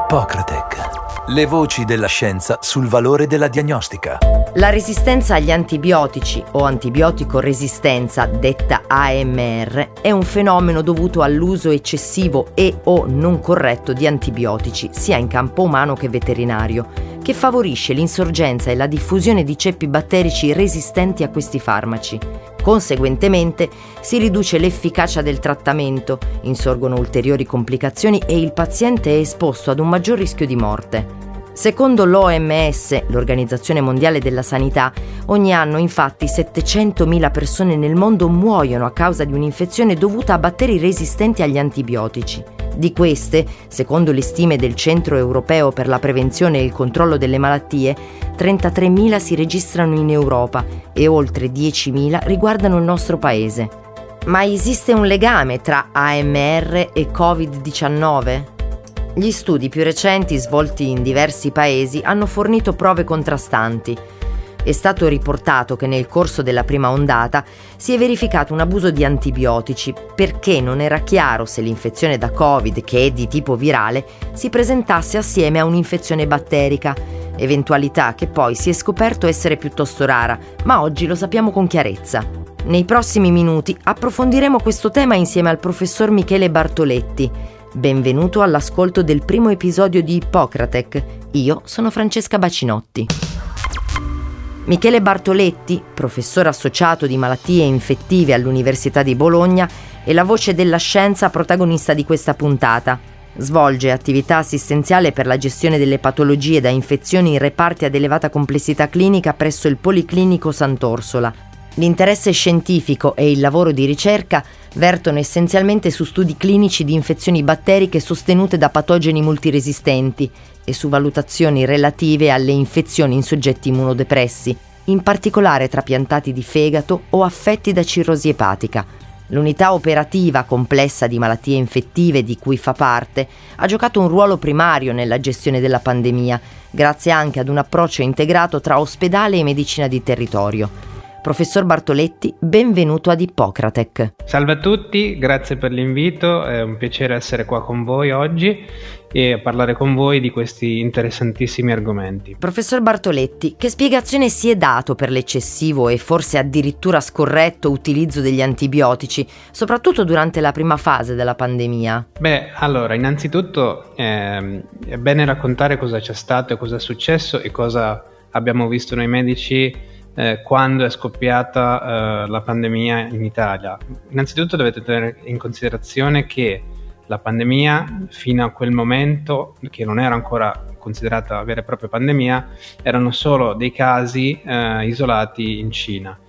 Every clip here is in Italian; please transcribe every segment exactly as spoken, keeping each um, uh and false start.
Ippocratec. Le voci della scienza sul valore della diagnostica. La resistenza agli antibiotici o antibiotico resistenza, detta A M R, è un fenomeno dovuto all'uso eccessivo e o non corretto di antibiotici, sia in campo umano che veterinario, che favorisce l'insorgenza e la diffusione di ceppi batterici resistenti a questi farmaci. Conseguentemente si riduce l'efficacia del trattamento, insorgono ulteriori complicazioni e il paziente è esposto ad un maggior rischio di morte. Secondo l'O M S, l'Organizzazione Mondiale della Sanità, ogni anno infatti settecentomila persone nel mondo muoiono a causa di un'infezione dovuta a batteri resistenti agli antibiotici. Di queste, secondo le stime del Centro Europeo per la Prevenzione e il Controllo delle Malattie, trentatremila si registrano in Europa e oltre diecimila riguardano il nostro paese. Ma esiste un legame tra A M R e covid diciannove? Gli studi più recenti svolti in diversi paesi hanno fornito prove contrastanti. È stato riportato che nel corso della prima ondata si è verificato un abuso di antibiotici perché non era chiaro se l'infezione da Covid, che è di tipo virale, si presentasse assieme a un'infezione batterica, eventualità che poi si è scoperto essere piuttosto rara, ma oggi lo sappiamo con chiarezza. Nei prossimi minuti approfondiremo questo tema insieme al professor Michele Bartoletti. Benvenuto all'ascolto del primo episodio di Ippocratec. Io sono Francesca Bacinotti. Michele Bartoletti, professore associato di malattie infettive all'Università di Bologna, è la voce della scienza protagonista di questa puntata. Svolge attività assistenziale per la gestione delle patologie da infezioni in reparti ad elevata complessità clinica presso il Policlinico Sant'Orsola. L'interesse scientifico e il lavoro di ricerca vertono essenzialmente su studi clinici di infezioni batteriche sostenute da patogeni multiresistenti e su valutazioni relative alle infezioni in soggetti immunodepressi, in particolare trapiantati di fegato o affetti da cirrosi epatica. L'unità operativa complessa di malattie infettive di cui fa parte ha giocato un ruolo primario nella gestione della pandemia, grazie anche ad un approccio integrato tra ospedale e medicina di territorio. Professor Bartoletti, benvenuto ad Ippocratec. Salve a tutti, grazie per l'invito, è un piacere essere qua con voi oggi e parlare con voi di questi interessantissimi argomenti. Professor Bartoletti, che spiegazione si è dato per l'eccessivo e forse addirittura scorretto utilizzo degli antibiotici, soprattutto durante la prima fase della pandemia? Beh, allora, innanzitutto ehm, è bene raccontare cosa c'è stato e cosa è successo e cosa abbiamo visto noi medici Eh, quando è scoppiata eh, la pandemia in Italia. Innanzitutto dovete tenere in considerazione che la pandemia, fino a quel momento, che non era ancora considerata vera e propria pandemia, erano solo dei casi eh, isolati in Cina.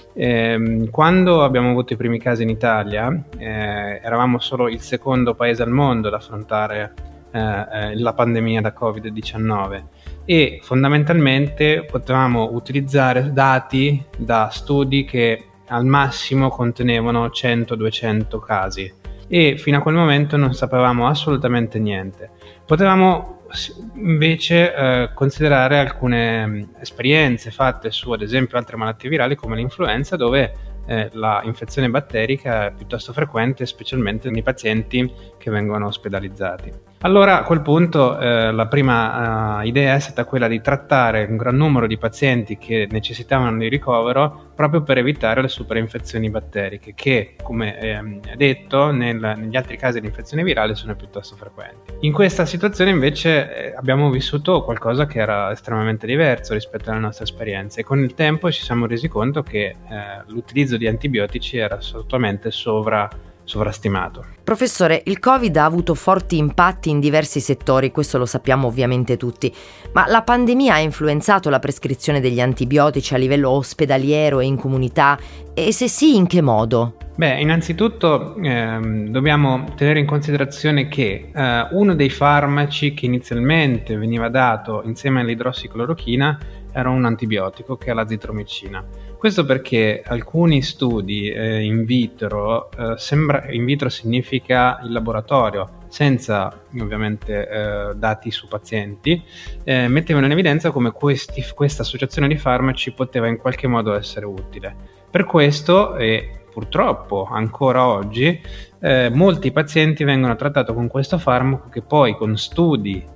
Eh, quando abbiamo avuto i primi casi in Italia, eh, eravamo solo il secondo paese al mondo ad affrontare eh, eh, la pandemia da covid diciannove. E fondamentalmente potevamo utilizzare dati da studi che al massimo contenevano cento duecento casi e fino a quel momento non sapevamo assolutamente niente. Potevamo invece eh, considerare alcune esperienze fatte su ad esempio altre malattie virali come l'influenza, dove eh, la infezione batterica è piuttosto frequente, specialmente nei pazienti che vengono ospedalizzati. Allora a quel punto eh, la prima uh, idea è stata quella di trattare un gran numero di pazienti che necessitavano di ricovero proprio per evitare le superinfezioni batteriche che, come eh, detto, nel, negli altri casi di infezione virale sono piuttosto frequenti. In questa situazione invece eh, abbiamo vissuto qualcosa che era estremamente diverso rispetto alle nostre esperienze e con il tempo ci siamo resi conto che eh, l'utilizzo di antibiotici era assolutamente sovra sovrastimato. Professore, il Covid ha avuto forti impatti in diversi settori, questo lo sappiamo ovviamente tutti, ma la pandemia ha influenzato la prescrizione degli antibiotici a livello ospedaliero e in comunità? E se sì, in che modo? Beh, innanzitutto ehm, dobbiamo tenere in considerazione che eh, uno dei farmaci che inizialmente veniva dato insieme all'idrossiclorochina era un antibiotico, che è l'azithromicina. Questo perché alcuni studi eh, in vitro, eh, sembra, in vitro significa il laboratorio, senza ovviamente eh, dati su pazienti, eh, mettevano in evidenza come questi, questa associazione di farmaci poteva in qualche modo essere utile. Per questo, e purtroppo ancora oggi, eh, molti pazienti vengono trattati con questo farmaco che poi con studi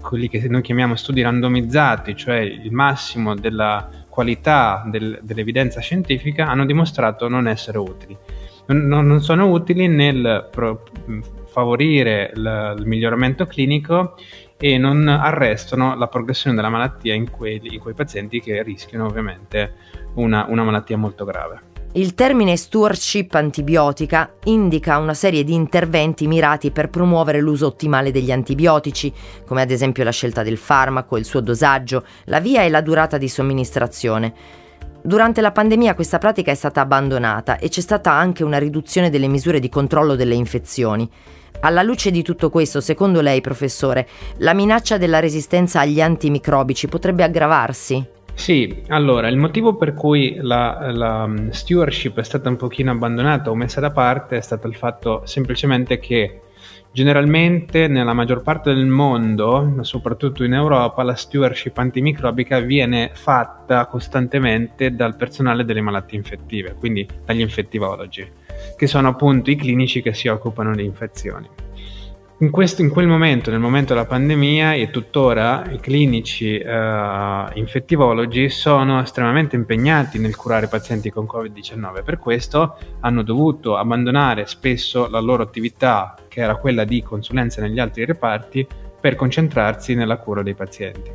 quelli che noi chiamiamo studi randomizzati, cioè il massimo della qualità del, dell'evidenza scientifica, hanno dimostrato non essere utili. Non, non sono utili nel pro, favorire il, il miglioramento clinico e non arrestano la progressione della malattia in, quelli, in quei pazienti che rischiano ovviamente una, una malattia molto grave. Il termine stewardship antibiotica indica una serie di interventi mirati per promuovere l'uso ottimale degli antibiotici, come ad esempio la scelta del farmaco, il suo dosaggio, la via e la durata di somministrazione. Durante la pandemia questa pratica è stata abbandonata e c'è stata anche una riduzione delle misure di controllo delle infezioni. Alla luce di tutto questo, secondo lei, professore, la minaccia della resistenza agli antimicrobici potrebbe aggravarsi? Sì, allora il motivo per cui la, la stewardship è stata un pochino abbandonata o messa da parte è stato il fatto semplicemente che generalmente nella maggior parte del mondo, soprattutto in Europa, la stewardship antimicrobica viene fatta costantemente dal personale delle malattie infettive, quindi dagli infettivologi, che sono appunto i clinici che si occupano di infezioni. In, questo, in quel momento, nel momento della pandemia e tuttora, i clinici eh, infettivologi sono estremamente impegnati nel curare pazienti con covid diciannove. Per questo hanno dovuto abbandonare spesso la loro attività, che era quella di consulenza negli altri reparti, per concentrarsi nella cura dei pazienti.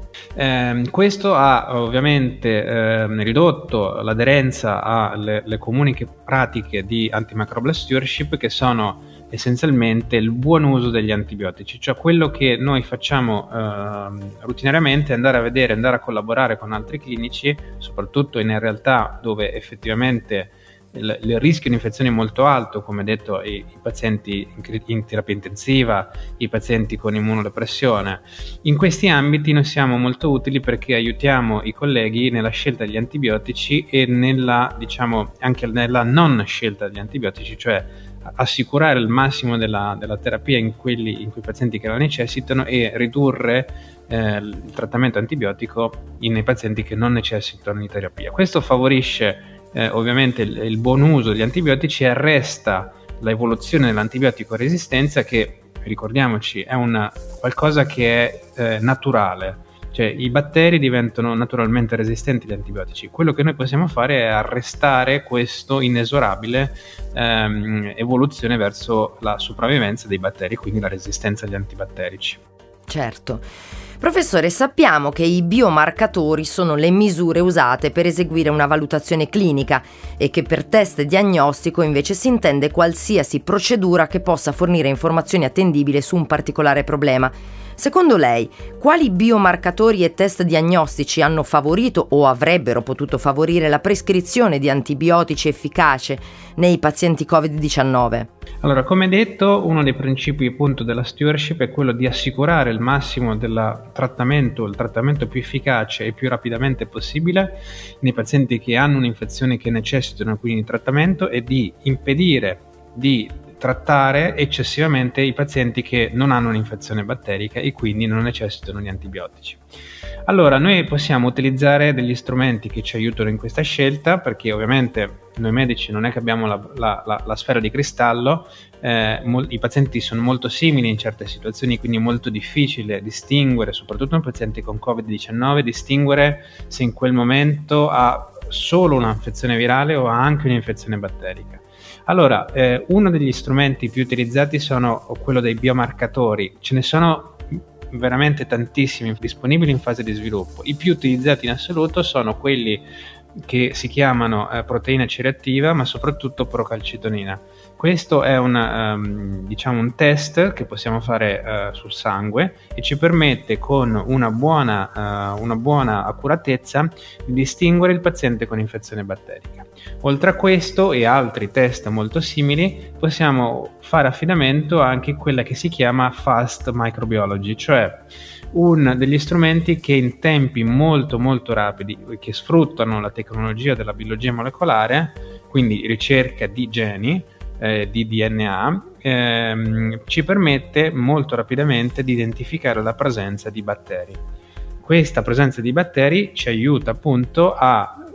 Eh, questo ha ovviamente eh, ridotto l'aderenza alle le comuni pratiche di antimicrobial stewardship, che sono essenzialmente il buon uso degli antibiotici, cioè quello che noi facciamo eh, rutinariamente è andare a vedere, andare a collaborare con altri clinici, soprattutto in realtà dove effettivamente il, il rischio di infezione è molto alto, come detto i, i pazienti in, in terapia intensiva, i pazienti con immunodepressione. In questi ambiti noi siamo molto utili perché aiutiamo i colleghi nella scelta degli antibiotici e nella, diciamo, anche nella non scelta degli antibiotici, cioè assicurare il massimo della, della terapia in, quelli, in quei pazienti che la necessitano e ridurre eh, il trattamento antibiotico nei pazienti che non necessitano di terapia. Questo favorisce eh, ovviamente il, il buon uso degli antibiotici e arresta l'evoluzione dell'antibiotico resistenza, che, ricordiamoci, è una, qualcosa che è eh, naturale. Cioè i batteri diventano naturalmente resistenti agli antibiotici. Quello che noi possiamo fare è arrestare questo inesorabile ehm, evoluzione verso la sopravvivenza dei batteri, quindi la resistenza agli antibatterici. Certo. Professore, sappiamo che i biomarcatori sono le misure usate per eseguire una valutazione clinica e che per test diagnostico invece si intende qualsiasi procedura che possa fornire informazioni attendibili su un particolare problema. Secondo lei, quali biomarcatori e test diagnostici hanno favorito o avrebbero potuto favorire la prescrizione di antibiotici efficace nei pazienti covid diciannove? Allora, come detto, uno dei principi appunto della stewardship è quello di assicurare il massimo del trattamento, il trattamento più efficace e più rapidamente possibile nei pazienti che hanno un'infezione che necessitano quindi di trattamento e di impedire di trattare eccessivamente i pazienti che non hanno un'infezione batterica e quindi non necessitano di antibiotici. Allora, noi possiamo utilizzare degli strumenti che ci aiutano in questa scelta, perché ovviamente noi medici non è che abbiamo la, la, la, la sfera di cristallo, eh, mol- i pazienti sono molto simili in certe situazioni, quindi è molto difficile distinguere, soprattutto in pazienti con covid diciannove, distinguere se in quel momento ha solo un'infezione virale o ha anche un'infezione batterica. Allora, eh, uno degli strumenti più utilizzati sono quello dei biomarcatori. Ce ne sono veramente tantissimi disponibili in fase di sviluppo. I più utilizzati in assoluto sono quelli che si chiamano eh, proteina C reattiva, ma soprattutto procalcitonina. Questo è un, um, diciamo un test che possiamo fare uh, sul sangue e ci permette con una buona, uh, una buona accuratezza di distinguere il paziente con infezione batterica. Oltre a questo e altri test molto simili, possiamo fare affidamento anche a quella che si chiama Fast Microbiology, cioè uno degli strumenti che in tempi molto molto rapidi, che sfruttano la tecnologia della biologia molecolare, quindi ricerca di geni, eh, di D N A, ehm, ci permette molto rapidamente di identificare la presenza di batteri. Questa presenza di batteri ci aiuta appunto a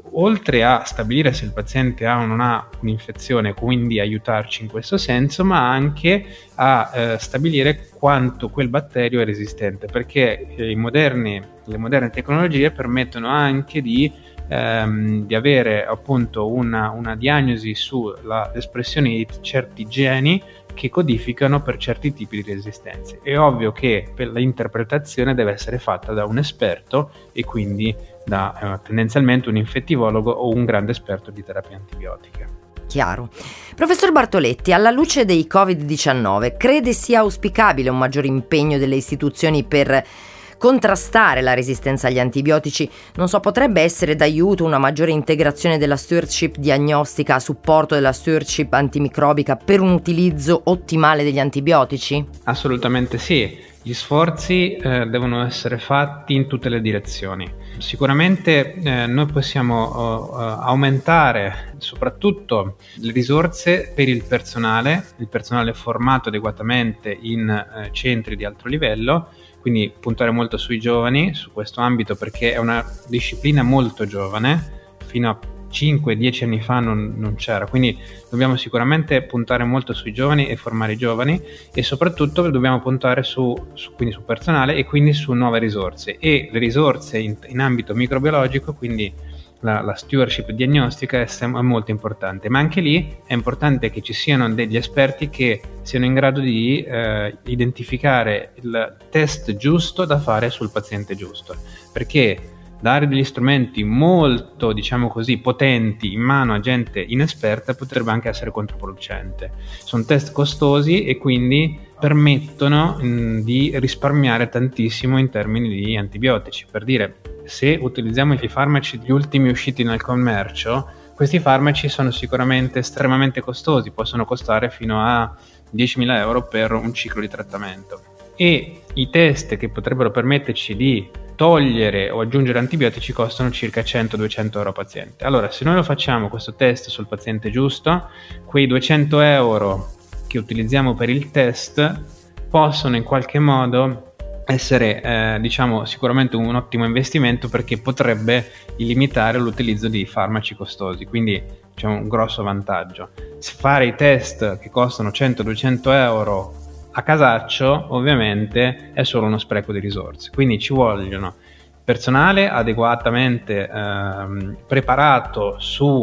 oltre a stabilire se il paziente ha o non ha un'infezione, quindi aiutarci in questo senso, ma anche a eh, stabilire quanto quel batterio è resistente, perché i moderni, le moderne tecnologie permettono anche di, ehm, di avere appunto una, una diagnosi sull'espressione di certi geni che codificano per certi tipi di resistenze. È ovvio che per l'interpretazione deve essere fatta da un esperto e quindi da eh, tendenzialmente un infettivologo o un grande esperto di terapia antibiotica. Chiaro. Professor Bartoletti, alla luce dei covid diciannove, crede sia auspicabile un maggior impegno delle istituzioni per contrastare la resistenza agli antibiotici? Non so, potrebbe essere d'aiuto una maggiore integrazione della stewardship diagnostica a supporto della stewardship antimicrobica per un utilizzo ottimale degli antibiotici? Assolutamente sì. Gli sforzi eh, devono essere fatti in tutte le direzioni. Sicuramente eh, noi possiamo uh, aumentare soprattutto le risorse per il personale, il personale formato adeguatamente in eh, centri di alto livello, quindi puntare molto sui giovani, su questo ambito, perché è una disciplina molto giovane, fino a cinque dieci anni fa non, non c'era, quindi dobbiamo sicuramente puntare molto sui giovani e formare i giovani, e soprattutto dobbiamo puntare su, su, quindi su personale e quindi su nuove risorse, e le risorse in, in ambito microbiologico, quindi la, la stewardship diagnostica è, sem- è molto importante, ma anche lì è importante che ci siano degli esperti che siano in grado di eh, identificare il test giusto da fare sul paziente giusto, perché dare degli strumenti molto, diciamo così, potenti in mano a gente inesperta potrebbe anche essere controproducente. Sono test costosi e quindi permettono mh, di risparmiare tantissimo in termini di antibiotici. Per dire, se utilizziamo i farmaci gli ultimi usciti nel commercio, questi farmaci sono sicuramente estremamente costosi, possono costare fino a diecimila euro per un ciclo di trattamento. E i test che potrebbero permetterci di togliere o aggiungere antibiotici costano circa cento duecento euro a paziente. Allora, se noi lo facciamo questo test sul paziente giusto, quei duecento euro che utilizziamo per il test possono in qualche modo essere eh, diciamo sicuramente un ottimo investimento, perché potrebbe limitare l'utilizzo di farmaci costosi, quindi c'è un grosso vantaggio. Se fare i test che costano cento duecento euro a casaccio ovviamente è solo uno spreco di risorse, quindi ci vogliono personale adeguatamente ehm, preparato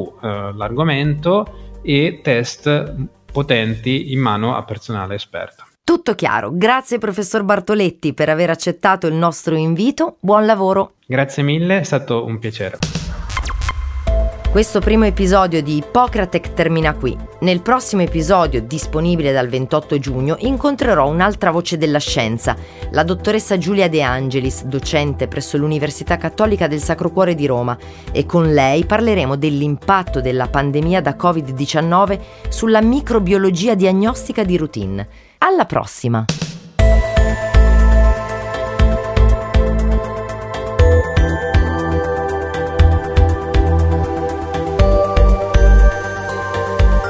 sull'argomento eh, e test potenti in mano a personale esperto. Tutto chiaro. Grazie professor Bartoletti per aver accettato il nostro invito. Buon lavoro. Grazie mille, è stato un piacere. Questo primo episodio di Ippocratec termina qui. Nel prossimo episodio, disponibile dal ventotto giugno, incontrerò un'altra voce della scienza, la dottoressa Giulia De Angelis, docente presso l'Università Cattolica del Sacro Cuore di Roma, e con lei parleremo dell'impatto della pandemia da covid diciannove sulla microbiologia diagnostica di routine. Alla prossima!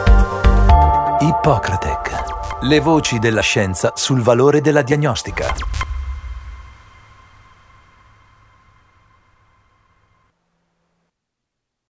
Ippocratec. Le voci della scienza sul valore della diagnostica.